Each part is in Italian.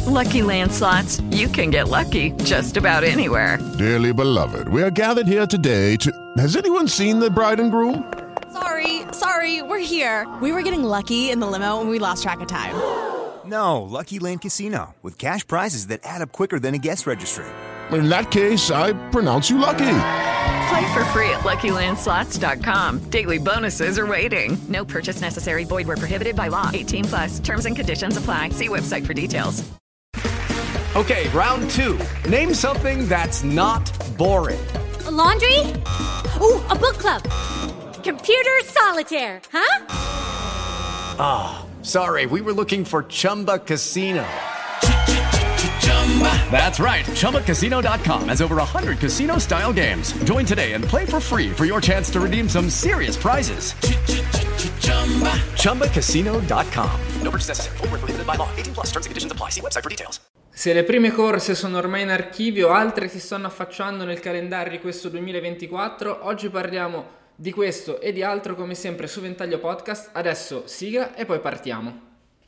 Lucky Land Slots, you can get lucky just about anywhere. Dearly beloved, we are gathered here today to... Has anyone seen the bride and groom? Sorry, we're here. We were getting lucky in the limo and we lost track of time. No, Lucky Land Casino, with cash prizes that add up quicker than a guest registry. In that case, I pronounce you lucky. Play for free at LuckyLandSlots.com. Daily bonuses are waiting. No purchase necessary. Void where prohibited by law. 18+. Terms and conditions apply. See website for details. Okay, round two. Name something that's not boring. A laundry? Ooh, a book club. Computer solitaire, huh? Ah, sorry, we were looking for Chumba Casino. That's right, ChumbaCasino.com has over 100 casino-style games. Join today and play for free for your chance to redeem some serious prizes. ChumbaCasino.com. No purchase necessary. Void where prohibited by law. 18+. Terms and conditions apply. See website for details. Se le prime corse sono ormai in archivio, altre si stanno affacciando nel calendario di questo 2024. Oggi parliamo di questo e di altro come sempre su Ventaglio Podcast. Adesso sigla e poi partiamo.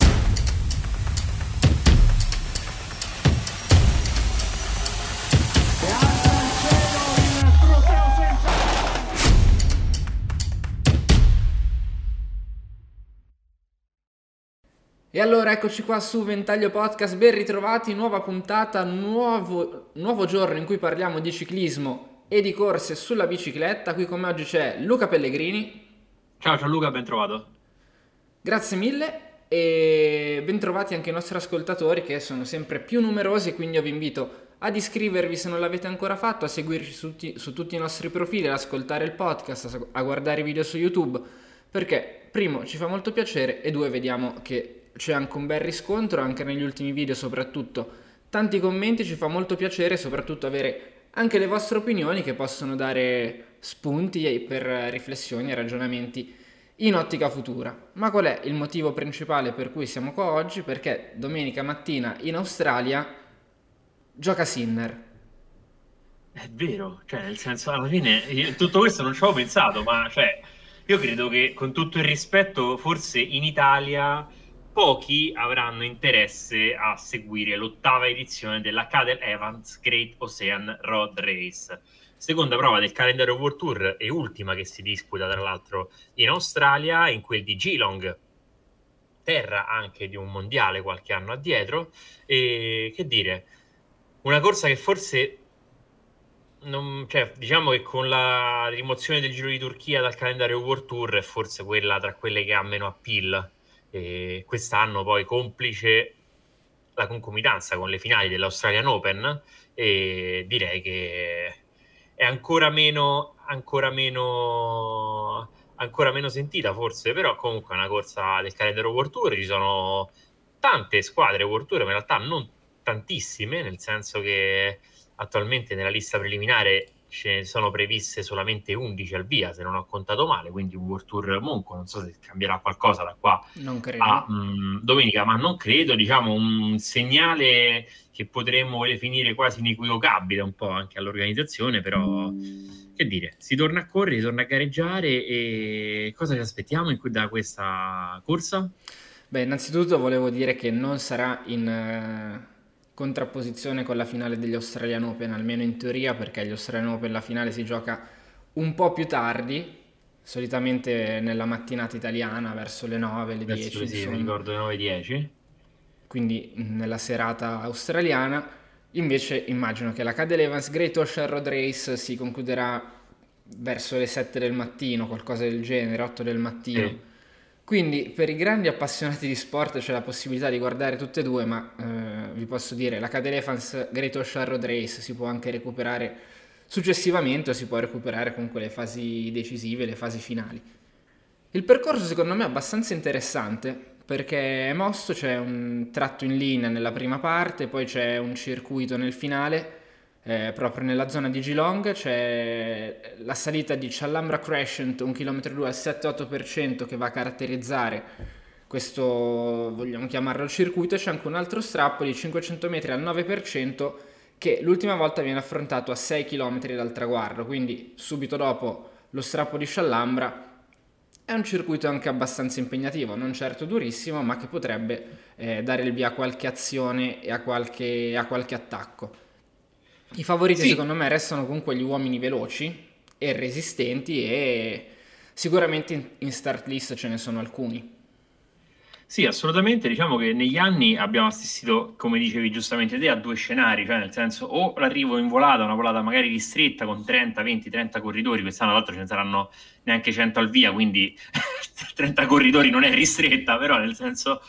E allora eccoci qua su Ventaglio Podcast, ben ritrovati, nuova puntata, nuovo giorno in cui parliamo di ciclismo e di corse sulla bicicletta. Qui con me oggi c'è Luca Pellegrini. Ciao Luca, ben trovato. Grazie mille e ben trovati anche i nostri ascoltatori che sono sempre più numerosi, quindi io vi invito ad iscrivervi se non l'avete ancora fatto, a seguirci su tutti i nostri profili, ad ascoltare il podcast, a guardare i video su YouTube, perché primo ci fa molto piacere e due vediamo che c'è anche un bel riscontro anche negli ultimi video, soprattutto tanti commenti, ci fa molto piacere soprattutto avere anche le vostre opinioni che possono dare spunti per riflessioni e ragionamenti in ottica futura. Ma qual è il motivo principale per cui siamo qua oggi? Perché domenica mattina in Australia gioca Sinner. È vero, cioè nel senso alla fine tutto questo non ci avevo pensato, ma cioè io credo che con tutto il rispetto forse in Italia pochi avranno interesse a seguire l'ottava edizione della Cadel Evans Great Ocean Road Race, seconda prova del calendario World Tour e ultima che si disputa tra l'altro in Australia, in quel di Geelong, terra anche di un mondiale qualche anno addietro. E che dire, una corsa che forse non, cioè, diciamo che con la rimozione del Giro di Turchia dal calendario World Tour è forse quella tra quelle che ha meno appeal. E quest'anno poi complice la concomitanza con le finali dell'Australian Open, e direi che è ancora meno sentita forse, però comunque è una corsa del calendario World Tour. Ci sono tante squadre World Tour, ma in realtà non tantissime, nel senso che attualmente nella lista preliminare ce ne sono previste solamente 11 al via, se non ho contato male, quindi un World Tour monco. Non so se cambierà qualcosa da qua a domenica, ma non credo, diciamo un segnale che potremmo definire quasi inequivocabile un po' anche all'organizzazione, però che dire, si torna a correre, si torna a gareggiare. E cosa ci aspettiamo da questa corsa? Beh, innanzitutto volevo dire che non sarà in contrapposizione con la finale degli Australian Open, almeno in teoria, perché gli Australian Open la finale si gioca un po' più tardi, solitamente nella mattinata italiana verso le 9, le 10. Sì, mi ricordo le 9-10. Quindi nella serata australiana. Invece immagino che la Cadel Evans Great Ocean Road Race si concluderà verso le 7 del mattino, qualcosa del genere, 8 del mattino. Sì. Quindi per i grandi appassionati di sport c'è la possibilità di guardare tutte e due, ma vi posso dire, la Cadel Evans Great Ocean Road Race si può anche recuperare successivamente, o si può recuperare comunque le fasi decisive, le fasi finali. Il percorso secondo me è abbastanza interessante, perché è mosso, c'è un tratto in linea nella prima parte, poi c'è un circuito nel finale, proprio nella zona di Geelong, c'è la salita di Challambra Crescent, 1,2 km al 7-8% che va a caratterizzare questo, vogliamo chiamarlo il circuito, e c'è anche un altro strappo di 500 metri al 9% che l'ultima volta viene affrontato a 6 km dal traguardo, quindi subito dopo lo strappo di Challambra È un circuito anche abbastanza impegnativo, non certo durissimo, ma che potrebbe dare il via a qualche azione e a qualche attacco. I favoriti Sì. secondo me restano comunque gli uomini veloci e resistenti, e sicuramente in start list ce ne sono alcuni. Sì, assolutamente. Diciamo che negli anni abbiamo assistito, come dicevi giustamente te, a due scenari, cioè nel senso o l'arrivo in volata, una volata magari ristretta con 30, 20, 30 corridori, quest'anno tra l'altro ce ne saranno neanche 100 al via, quindi 30 corridori non è ristretta, però nel senso,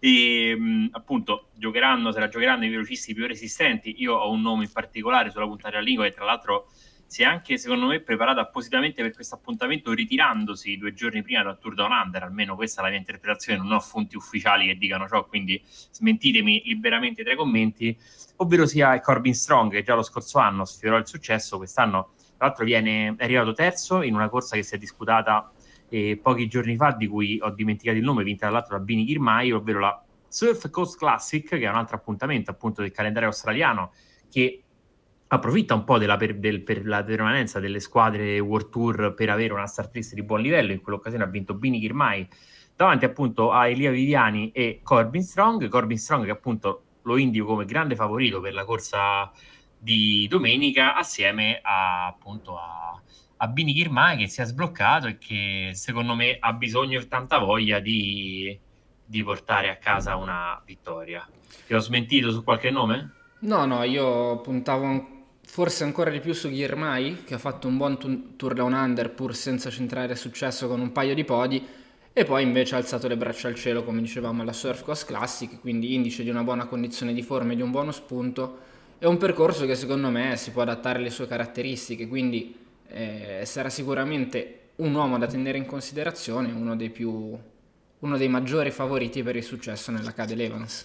appunto, se la giocheranno i velocisti più resistenti. Io ho un nome in particolare sulla punta della lingua, che tra l'altro si è anche, secondo me, preparato appositamente per questo appuntamento, ritirandosi 2 giorni prima dal Tour Down Under. Almeno questa è la mia interpretazione, non ho fonti ufficiali che dicano ciò, quindi smentitemi liberamente tra i commenti. Ovvero sia Corbin Strong, che già lo scorso anno sfiorò il successo, quest'anno tra l'altro è arrivato terzo in una corsa che si è disputata pochi giorni fa, di cui ho dimenticato il nome, vinta dall'altro da Bini Girmay, ovvero la Surf Coast Classic, che è un altro appuntamento appunto del calendario australiano, che approfitta un po' per la permanenza delle squadre World Tour per avere una start list di buon livello. In quell'occasione ha vinto Bini Girmay davanti appunto a Elia Viviani e Corbin Strong che appunto lo indico come grande favorito per la corsa di domenica, assieme appunto a Bini Girmay, che si è sbloccato e che secondo me ha bisogno e tanta voglia di portare a casa una vittoria. Ti ho smentito su qualche nome? No, io puntavo forse ancora di più su Girmay, che ha fatto un buon Tour Down Under pur senza centrare successo con un paio di podi, e poi invece ha alzato le braccia al cielo, come dicevamo, alla Surf Coast Classic, quindi indice di una buona condizione di forma e di un buono spunto. È un percorso che secondo me si può adattare alle sue caratteristiche, quindi sarà sicuramente un uomo da tenere in considerazione, uno dei maggiori favoriti per il successo nella Cadel Evans.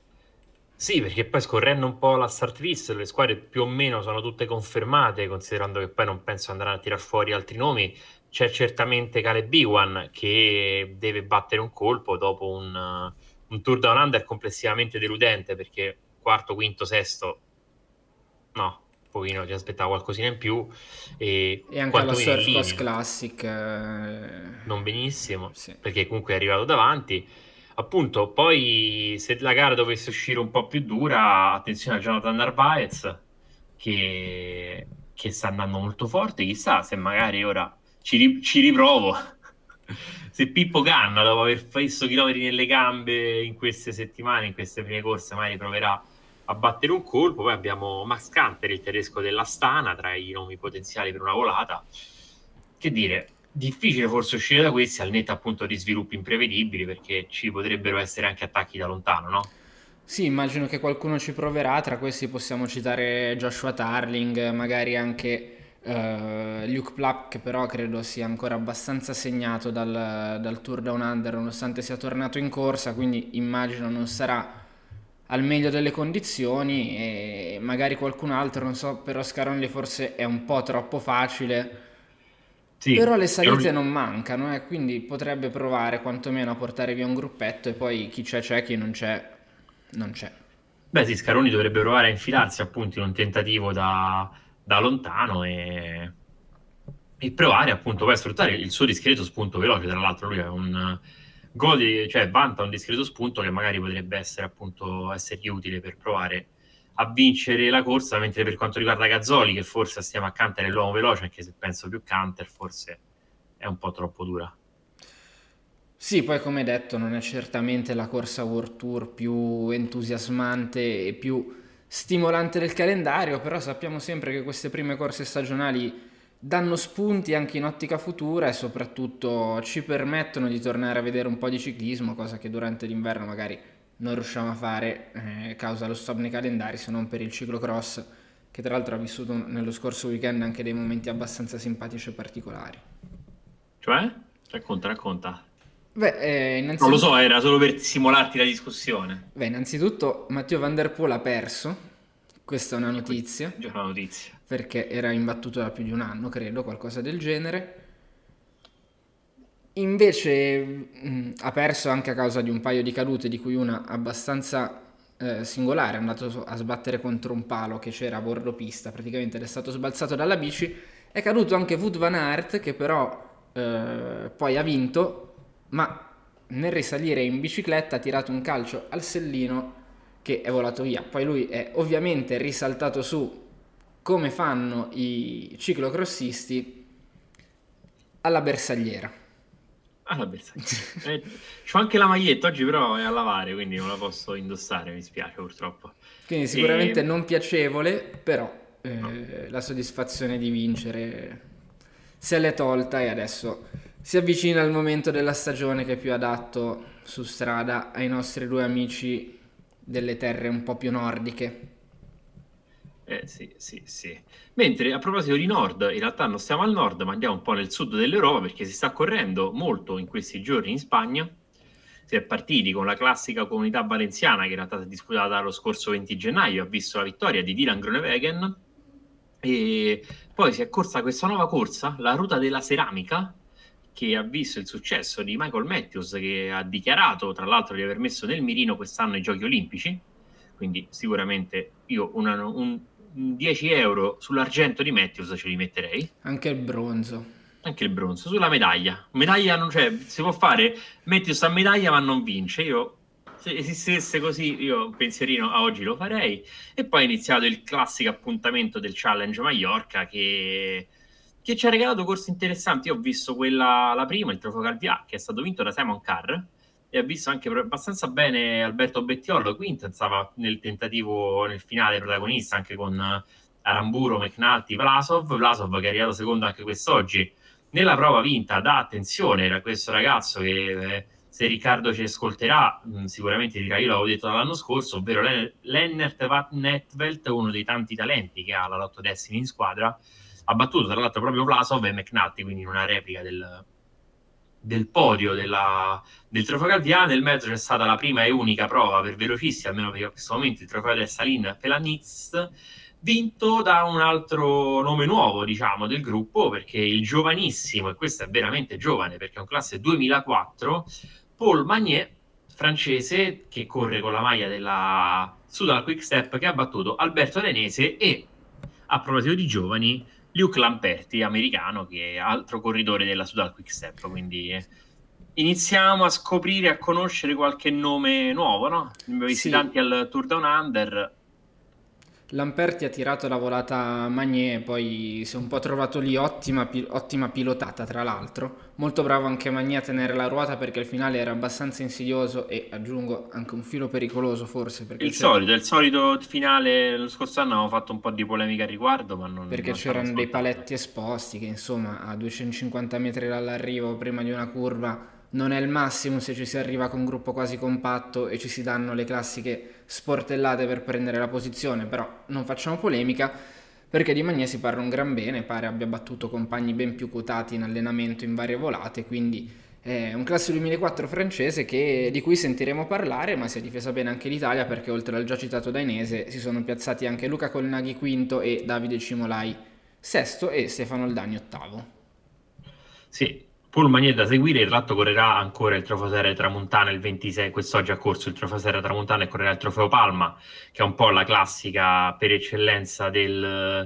Sì, perché poi scorrendo un po' la start list, le squadre più o meno sono tutte confermate, considerando che poi non penso andranno a tirar fuori altri nomi. C'è certamente Caleb Ewan, che deve battere un colpo dopo un Tour Down Under complessivamente deludente, perché quarto, quinto, sesto, no, un pochino ti aspettavo qualcosina in più. E anche alla quantomeno in Surf Coast linea. Classic Non benissimo, sì. perché comunque è arrivato davanti. Appunto, poi se la gara dovesse uscire un po' più dura, attenzione a Jonathan Narvaez, che sta andando molto forte. Chissà se magari ora ci riprovo. Se Pippo Ganna, dopo aver messo chilometri nelle gambe in queste settimane, in queste prime corse, magari proverà a battere un colpo. Poi abbiamo Max Kanter, il tedesco dell'Astana, tra i nomi potenziali per una volata. Che dire, difficile forse uscire da questi, al netto appunto di sviluppi imprevedibili, perché ci potrebbero essere anche attacchi da lontano, no? Sì, immagino che qualcuno ci proverà. Tra questi possiamo citare Joshua Tarling, magari anche Luke Plapp, che però credo sia ancora abbastanza segnato dal Tour Down Under, nonostante sia tornato in corsa, quindi immagino non sarà al meglio delle condizioni. E magari qualcun altro, non so, per Oscar Onley forse è un po' troppo facile. Sì, Però le salite non mancano, quindi potrebbe provare quantomeno a portare via un gruppetto, e poi chi c'è, chi non c'è, non c'è. beh sì, Scaroni dovrebbe provare a infilarsi appunto in un tentativo da lontano e provare appunto poi a sfruttare il suo discreto spunto veloce. Tra l'altro lui è cioè vanta un discreto spunto che magari potrebbe essere appunto essergli utile per provare a vincere la corsa. Mentre per quanto riguarda Gazzoli, che forse assieme a Canter è l'uomo veloce, anche se penso più Canter, forse è un po' troppo dura. Sì, poi come detto non è certamente la corsa World Tour più entusiasmante e più stimolante del calendario, però sappiamo sempre che queste prime corse stagionali danno spunti anche in ottica futura e soprattutto ci permettono di tornare a vedere un po' di ciclismo, cosa che durante l'inverno magari non riusciamo a fare causa lo stop nei calendari, se non per il ciclocross, che tra l'altro ha vissuto nello scorso weekend anche dei momenti abbastanza simpatici e particolari. Cioè? Racconta. Beh, Non lo so, era solo per stimolarti la discussione. Beh, innanzitutto Mathieu Van Der Poel ha perso, questa è una notizia, Già una notizia. perché era imbattuto da più di un anno, credo, qualcosa del genere. Invece ha perso anche a causa di un paio di cadute, di cui una abbastanza singolare. È andato a sbattere contro un palo che c'era a bordo pista, praticamente ed è stato sbalzato dalla bici. È caduto anche Wout van Aert, che però poi ha vinto, ma nel risalire in bicicletta ha tirato un calcio al sellino che è volato via. Poi lui è ovviamente risaltato su come fanno i ciclocrossisti alla bersagliera. Alla bersagliera. C'ho anche la maglietta oggi, però è a lavare, quindi non la posso indossare, mi spiace purtroppo. Quindi sicuramente non piacevole, però la soddisfazione di vincere se l'è tolta e adesso si avvicina il momento della stagione che è più adatto su strada ai nostri due amici delle terre un po' più nordiche. Sì. Mentre a proposito di nord, in realtà non stiamo al nord, ma andiamo un po' nel sud dell'Europa perché si sta correndo molto in questi giorni in Spagna. Si è partiti con la classica Comunità Valenciana che in realtà si è disputata lo scorso 20 gennaio, ha visto la vittoria di Dylan Groenewegen e poi si è corsa questa nuova corsa, la Ruta della Ceramica, che ha visto il successo di Michael Matthews, che ha dichiarato tra l'altro di aver messo nel mirino quest'anno i Giochi Olimpici, quindi sicuramente io un 10 euro sull'argento di Matthews ce li metterei. Anche il bronzo. Anche il bronzo, sulla medaglia. Medaglia non c'è, si può fare, Matthews a medaglia ma non vince. Io, se esistesse così, io un pensierino a oggi lo farei. E poi è iniziato il classico appuntamento del Challenge Mallorca che ci ha regalato corse interessanti. Io ho visto quella, la prima, il Trofeo Calvià, che è stato vinto da Simon Carr, e ho visto anche abbastanza bene Alberto Bettiollo. Quinta stava nel tentativo, nel finale protagonista, anche con Aramburo, McNulty, Vlasov che è arrivato secondo anche quest'oggi. Nella prova vinta, da attenzione a questo ragazzo che se Riccardo ci ascolterà sicuramente dirà, io l'avevo detto l'anno scorso, ovvero Lennart Van Netvelt, uno dei tanti talenti che ha la Lotto Destiny in squadra. Ha battuto tra l'altro proprio Vlasov e McNulty, quindi in una replica del podio del Trofeo Calvià. Nel mezzo c'è stata la prima e unica prova per velocisti, almeno per questo momento, il Trofeo del Salin Pelanitz, vinto da un altro nome nuovo, diciamo, del gruppo, perché il giovanissimo, e questo è veramente giovane perché è un classe 2004, Paul Magnier, francese, che corre con la maglia della Sudal Quickstep, che ha battuto Alberto Arenese e, a proposito di giovani, Luke Lamperti, americano, che è altro corridore della Sudal Quickstep. Quindi iniziamo a scoprire, a conoscere qualche nome nuovo, no? Abbiamo visti tanti al Tour Down Under. Lamperti ha tirato la volata Magnier, poi si è un po' trovato lì, ottima pilotata tra l'altro. Molto bravo anche Magnier a tenere la ruota perché il finale era abbastanza insidioso e, aggiungo, anche un filo pericoloso forse. Perché il solito finale. Lo scorso anno avevamo fatto un po' di polemica al riguardo, ma perché c'erano dei paletti esposti che insomma a 250 metri dall'arrivo prima di una curva non è il massimo se ci si arriva con un gruppo quasi compatto e ci si danno le classiche sportellate per prendere la posizione. Però non facciamo polemica perché di Magnier si parla un gran bene, pare abbia battuto compagni ben più quotati in allenamento in varie volate, quindi è un classe 2004 francese di cui sentiremo parlare, ma si è difesa bene anche l'Italia perché oltre al già citato Dainese si sono piazzati anche Luca Colnaghi quinto e Davide Cimolai sesto e Stefano Oldani ottavo. Sì, Paul Magnier da seguire, tra l'altro correrà ancora il Trofeo Serie Tramontana il 26, quest'oggi ha corso il Trofeo Serie Tramontana e correrà il Trofeo Palma, che è un po' la classica per eccellenza per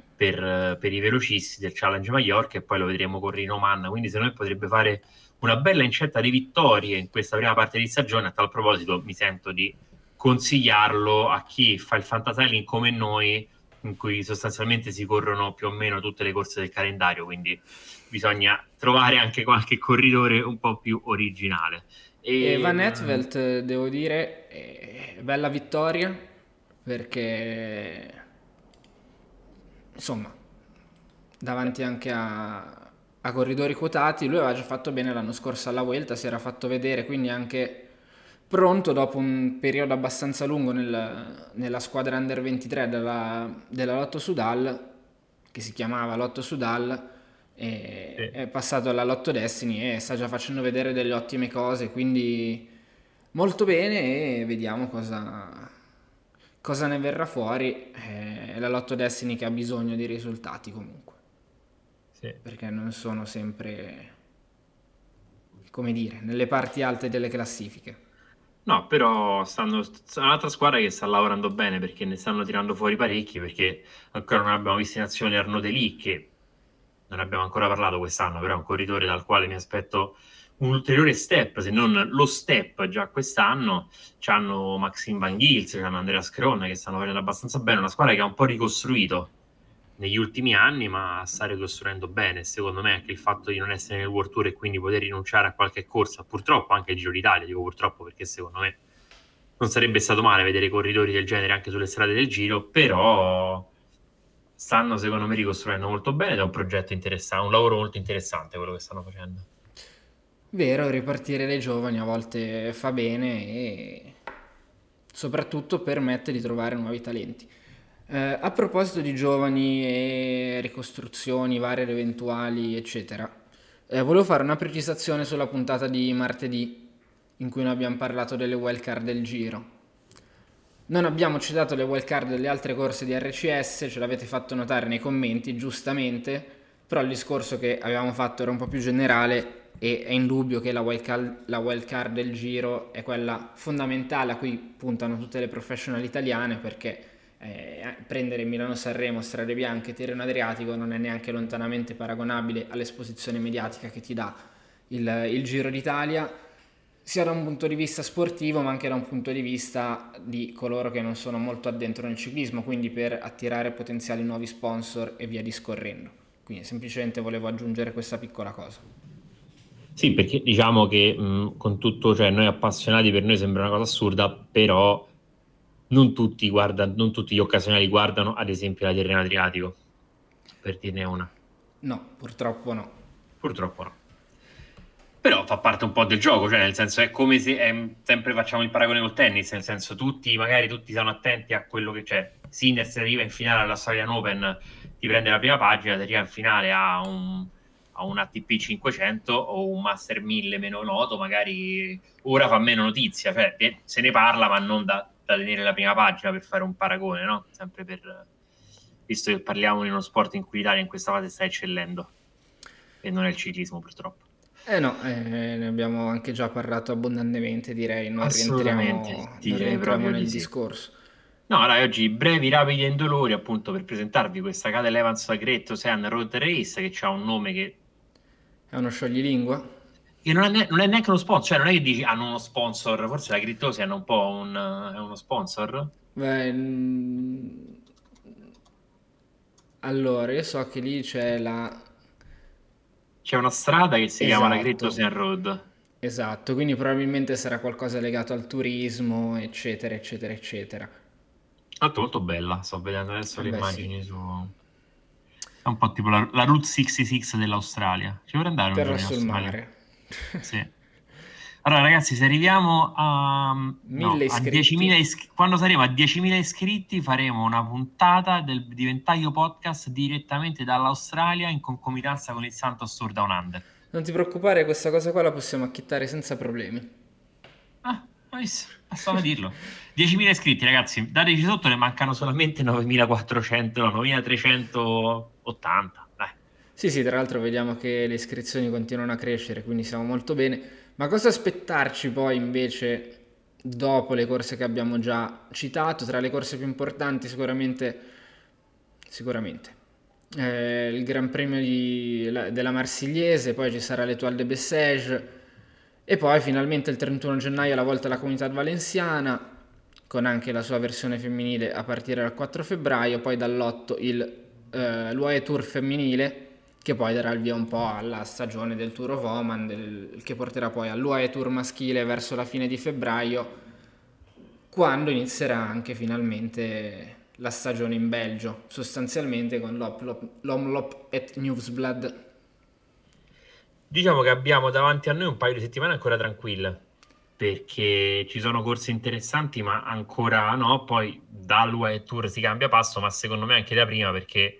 i velocisti del Challenge Mallorca, e poi lo vedremo correre in Oman, quindi secondo me potrebbe fare una bella incetta di vittorie in questa prima parte di stagione. A tal proposito mi sento di consigliarlo a chi fa il fantasailing come noi, in cui sostanzialmente si corrono più o meno tutte le corse del calendario, quindi bisogna trovare anche qualche corridore un po' più originale. E Van Netvelt, devo dire, bella vittoria, perché insomma davanti anche a corridori quotati. Lui aveva già fatto bene l'anno scorso alla Vuelta, si era fatto vedere, quindi anche pronto dopo un periodo abbastanza lungo nella squadra Under 23 della Lotto Soudal, che si chiamava Lotto Soudal, è passato alla Lotto Destiny e sta già facendo vedere delle ottime cose, quindi molto bene, e vediamo cosa ne verrà fuori. È la Lotto Destiny che ha bisogno di risultati comunque, perché non sono sempre, come dire, nelle parti alte delle classifiche. No, però è un'altra squadra che sta lavorando bene, perché ne stanno tirando fuori parecchi, perché ancora non abbiamo visto in azione Arnaud Delis, che non ne abbiamo ancora parlato quest'anno, però è un corridore dal quale mi aspetto un ulteriore step, se non lo step già quest'anno. C'hanno Maxime Van Gils, c'hanno Andreas Kron che stanno facendo abbastanza bene, una squadra che ha un po' ricostruito negli ultimi anni, ma sta ricostruendo bene. Secondo me anche il fatto di non essere nel World Tour e quindi poter rinunciare a qualche corsa, purtroppo anche il Giro d'Italia, dico purtroppo perché secondo me non sarebbe stato male vedere corridori del genere anche sulle strade del Giro, però stanno secondo me ricostruendo molto bene ed è un progetto interessante, un lavoro molto interessante quello che stanno facendo. Vero, ripartire dai giovani a volte fa bene e soprattutto permette di trovare nuovi talenti. A proposito di giovani e ricostruzioni varie ed eventuali, eccetera, volevo fare una precisazione sulla puntata di martedì in cui noi abbiamo parlato delle wildcard del Giro. Non abbiamo citato le wildcard delle altre corse di RCS, ce l'avete fatto notare nei commenti, giustamente, però il discorso che avevamo fatto era un po' più generale e è indubbio che la wildcard del Giro è quella fondamentale a cui puntano tutte le professional italiane, perché prendere Milano-Sanremo, Strade Bianche, Tirreno Adriatico non è neanche lontanamente paragonabile all'esposizione mediatica che ti dà il Giro d'Italia, sia da un punto di vista sportivo ma anche da un punto di vista di coloro che non sono molto addentro nel ciclismo, quindi per attirare potenziali nuovi sponsor e via discorrendo. Quindi semplicemente volevo aggiungere questa piccola cosa. Sì, perché diciamo che con tutto, cioè noi appassionati, per noi sembra una cosa assurda, però non tutti gli occasionali guardano ad esempio la Tirreno Adriatico, per dirne una. No, purtroppo no. Purtroppo no. Però fa parte un po' del gioco, cioè nel senso è come se sempre facciamo il paragone col tennis, nel senso tutti sono attenti a quello che c'è. Sinner se arriva in finale all'Australian Open ti prende la prima pagina, ti arriva in finale a un ATP 500 o un Master 1000 meno noto, magari ora fa meno notizia, cioè se ne parla ma non da tenere la prima pagina, per fare un paragone, no? Sempre visto che parliamo di uno sport in cui l'Italia in questa fase sta eccellendo e non è il ciclismo purtroppo. Ne abbiamo anche già parlato abbondantemente, direi, non rientriamo nel discorso. No, dai, oggi brevi, rapidi e indolori, appunto, per presentarvi questa Cadel Evans Great Ocean Road Race, che ha un nome che è uno scioglilingua? Che non è neanche uno sponsor, cioè non è che dici hanno uno sponsor, forse la Great Ocean è un po' è uno sponsor? Beh, allora, io so che lì c'è una strada che si chiama la Great Ocean Road. Esatto, quindi probabilmente sarà qualcosa legato al turismo, eccetera, eccetera, eccetera. Molto bella, sto vedendo adesso le immagini su... È un po' tipo la Route 66 dell'Australia. Ci vorrei andare un giorno in Australia. Mare. Sì. Allora ragazzi, se arriviamo a 10.000 iscritti, quando saremo a 10.000 iscritti faremo una puntata di Ventaglio Podcast direttamente dall'Australia in concomitanza con il Santos Tour Down Under. Non ti preoccupare, questa cosa qua la possiamo acchittare senza problemi. Bastava dirlo. 10.000 iscritti ragazzi, dateci sotto, ne mancano solamente 9.380, dai. Sì, tra l'altro vediamo che le iscrizioni continuano a crescere, quindi siamo molto bene. Ma cosa aspettarci poi invece dopo le corse che abbiamo già citato? Tra le corse più importanti sicuramente il Gran Premio della Marsigliese, poi ci sarà l'Étoile de Bessèges e poi finalmente il 31 gennaio la Volta alla Comunità Valenciana, con anche la sua versione femminile a partire dal 4 febbraio, poi dall'8 l'UAE Tour femminile, che poi darà il via un po' alla stagione del Tour of Oman, che porterà poi all'UAE Tour maschile verso la fine di febbraio, quando inizierà anche finalmente la stagione in Belgio, sostanzialmente con l'Omloop et Nieuwsblad. Diciamo che abbiamo davanti a noi un paio di settimane ancora tranquille, perché ci sono corse interessanti ma ancora no, poi dall'UAE Tour si cambia passo, ma secondo me anche da prima, perché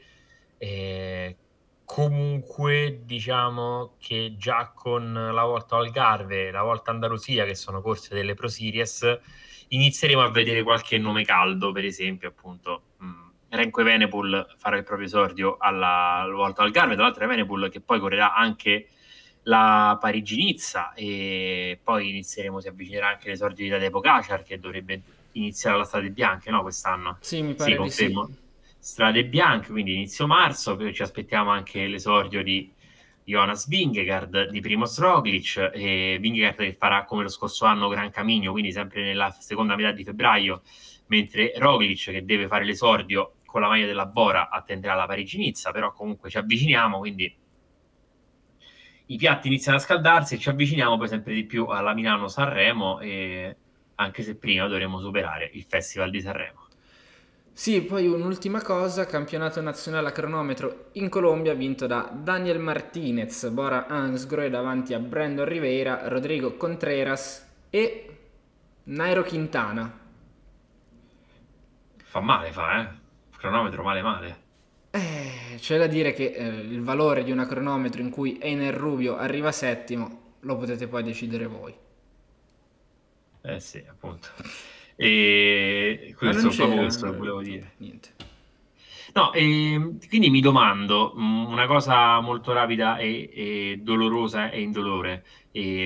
comunque diciamo che già con la Volta Algarve, la Volta Andalusia, che sono corse delle Pro Series, inizieremo a vedere qualche nome caldo, per esempio appunto Remco Evenepoel farà il proprio esordio alla Volta Algarve, tra l'altro Evenepoel che poi correrà anche la Parigi-Nizza, e poi si avvicinerà anche l'esordio di Tadej Pogačar, che dovrebbe iniziare la Strade Bianche, no, quest'anno? Sì, mi pare di sì. strade bianche, quindi inizio marzo, poi ci aspettiamo anche l'esordio di Jonas Vingegaard, di Primož Roglic, e Vingegaard che farà come lo scorso anno Gran Camino, quindi sempre nella seconda metà di febbraio, mentre Roglic, che deve fare l'esordio con la maglia della Bora, attenderà la Parigi-Nizza, però comunque ci avviciniamo, quindi i piatti iniziano a scaldarsi e ci avviciniamo poi sempre di più alla Milano-Sanremo, e anche se prima dovremo superare il Festival di Sanremo. Sì, poi un'ultima cosa, campionato nazionale a cronometro in Colombia vinto da Daniel Martinez, Bora Hansgrohe davanti a Brandon Rivera, Rodrigo Contreras e Nairo Quintana. Fa male, cronometro male. C'è da dire che il valore di una cronometro in cui Einer Rubio arriva settimo lo potete poi decidere voi. Sì, appunto. E questo è proprio questo che volevo dire. Niente. No, quindi mi domando una cosa molto rapida e dolorosa e indolore. Gli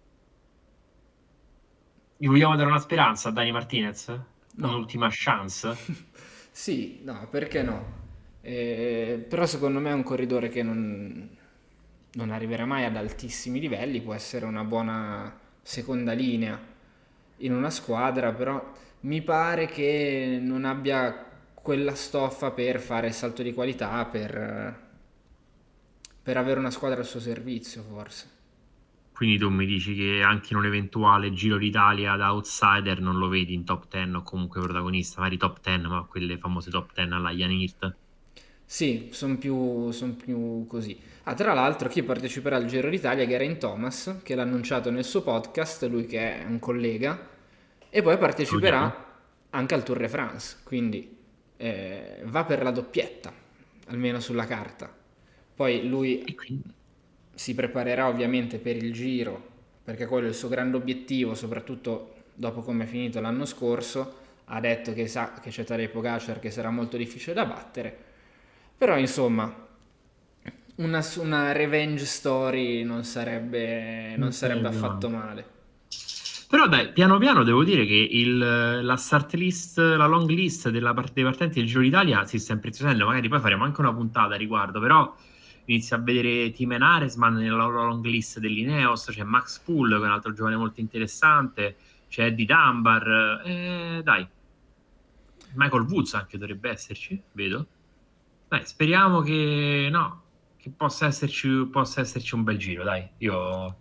vogliamo dare una speranza a Dani Martinez? No. Un'ultima chance? Sì, no, perché no? Però secondo me è un corridore che non arriverà mai ad altissimi livelli, può essere una buona seconda linea in una squadra, però mi pare che non abbia quella stoffa per fare il salto di qualità, per avere una squadra al suo servizio, forse. Quindi tu mi dici che anche in un eventuale Giro d'Italia da outsider non lo vedi in top 10 o comunque protagonista, magari top 10, ma quelle famose top 10 alla Jan Hirt? Sì, sono più così. Tra l'altro chi parteciperà al Giro d'Italia è Geraint Thomas, che l'ha annunciato nel suo podcast, lui che è un collega, e poi parteciperà anche al Tour de France, quindi va per la doppietta, almeno sulla carta. Poi lui si preparerà ovviamente per il Giro, perché quello è il suo grande obiettivo, soprattutto dopo come è finito l'anno scorso. Ha detto che sa che c'è Tadej Pogačar, che sarà molto difficile da battere. Però insomma, una revenge story non sarebbe affatto male. Però dai, piano piano devo dire che la start list, la long list dei partenti del Giro d'Italia si sta impreziosendo. Magari poi faremo anche una puntata a riguardo, però inizia a vedere Timen Aresman nella long list dell'Ineos, c'è Max Poole che è un altro giovane molto interessante, c'è Eddie Dunbar, dai, Michael Woods anche dovrebbe esserci, vedo. Dai, speriamo che possa esserci un bel giro, dai. Io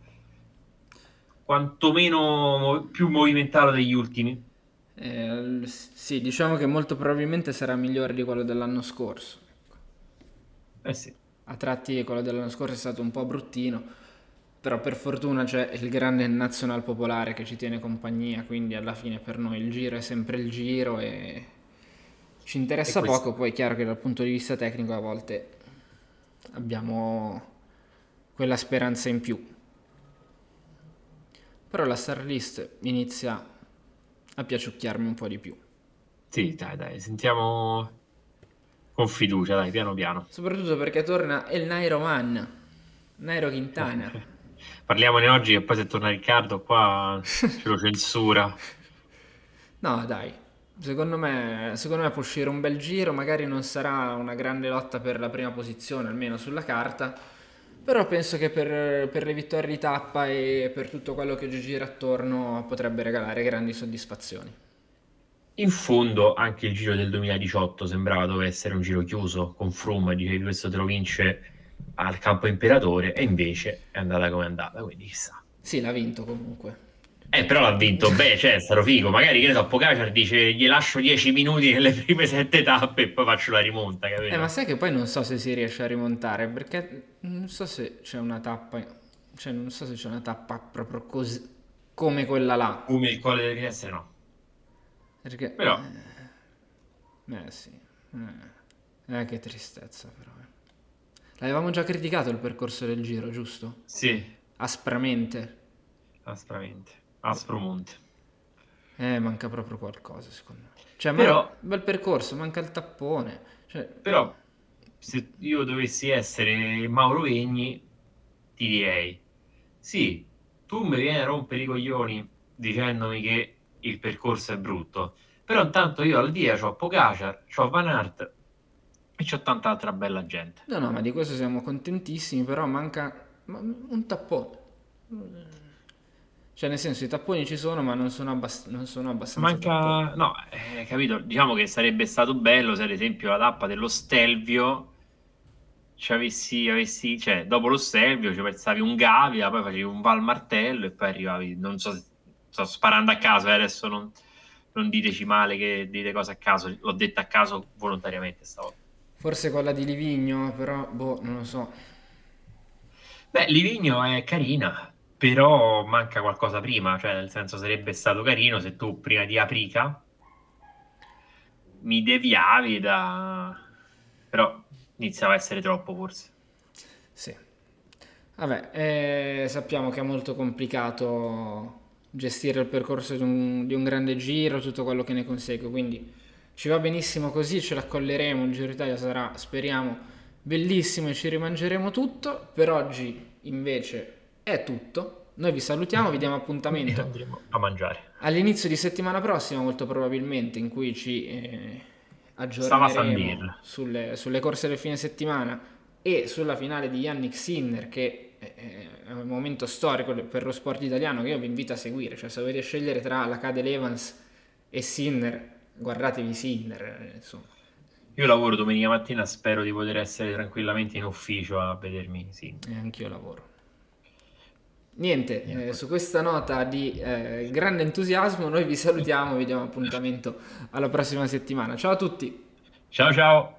quantomeno più movimentato degli ultimi. Sì, diciamo che molto probabilmente sarà migliore di quello dell'anno scorso. Sì. A tratti quello dell'anno scorso è stato un po' bruttino, però per fortuna c'è il grande Nazional Popolare che ci tiene compagnia, quindi alla fine per noi il giro è sempre il giro e ci interessa poco. Poi è chiaro che dal punto di vista tecnico a volte abbiamo quella speranza in più, però la star list inizia a piaciucchiarmi un po' di più. Sì, dai, sentiamo con fiducia, dai, piano piano. Soprattutto perché torna il Nairo Man, Nairo Quintana. Parliamone oggi e poi se torna Riccardo qua ce lo censura. No, dai. Secondo me può uscire un bel giro, magari non sarà una grande lotta per la prima posizione, almeno sulla carta, però penso che per le vittorie di tappa e per tutto quello che gira attorno potrebbe regalare grandi soddisfazioni. In fondo anche il Giro del 2018 sembrava doveva essere un giro chiuso, con Froome, dicevi questo te lo vince al Campo Imperatore, e invece è andata come è andata, quindi chissà. Sì, l'ha vinto comunque. Però l'ha vinto, cioè è stato figo. Magari, che ne so, Pogačar dice gli lascio 10 minuti nelle prime 7 tappe e poi faccio la rimonta, capito? Ma sai che poi non so se si riesce a rimontare, perché non so se c'è una tappa, cioè non so se c'è una tappa proprio così come quella là. Come il Colle delle Finestre, no. Perché però sì. Che tristezza, però. L'avevamo già criticato il percorso del Giro, giusto? Sì. Aspramente. Aspromonte. Manca proprio qualcosa, secondo me. Cioè, però, bel percorso, manca il tappone. Cioè, però, se io dovessi essere Mauro Egni, ti direi: sì, tu mi vieni a rompere i coglioni dicendomi che il percorso è brutto, però intanto io al via c'ho Pogačar, c'ho Van Aert, E c'è tanta altra bella gente. No, ma di questo siamo contentissimi, però manca un tappone. Cioè, nel senso, i tapponi ci sono, ma non sono abbastanza tapponi. Manca, no, capito? Diciamo che sarebbe stato bello se ad esempio la tappa dello Stelvio cioè, dopo lo Stelvio ci pensavi un Gavia, poi facevi un Val Martello e poi arrivavi, non so se sto sparando a caso, adesso non diteci male che dite cose a caso, l'ho detta a caso volontariamente stavolta. Forse quella di Livigno, però, non lo so. Beh, Livigno è carina, però manca qualcosa prima, cioè nel senso sarebbe stato carino se tu prima di Aprica mi deviavi però iniziava a essere troppo forse. Sì. Vabbè, sappiamo che è molto complicato gestire il percorso di un grande giro, tutto quello che ne consegue, quindi ci va benissimo così, ce l'accolleremo, il Giro d'Italia sarà, speriamo, bellissimo e ci rimangeremo tutto. Per oggi invece è tutto, noi vi salutiamo, vi diamo appuntamento andremo a mangiare all'inizio di settimana prossima molto probabilmente, in cui ci Stava aggiorneremo sulle corse del fine settimana e sulla finale di Yannick Sinner, che è un momento storico per lo sport italiano che io vi invito a seguire. Cioè, se dovete scegliere tra la Cadel Evans e Sinner, guardatevi Sinner, insomma. Io lavoro domenica mattina, spero di poter essere tranquillamente in ufficio a vedermi Sinner. E anch'io lavoro. Niente, su questa nota di grande entusiasmo noi vi salutiamo, vi diamo appuntamento alla prossima settimana. Ciao a tutti. Ciao ciao.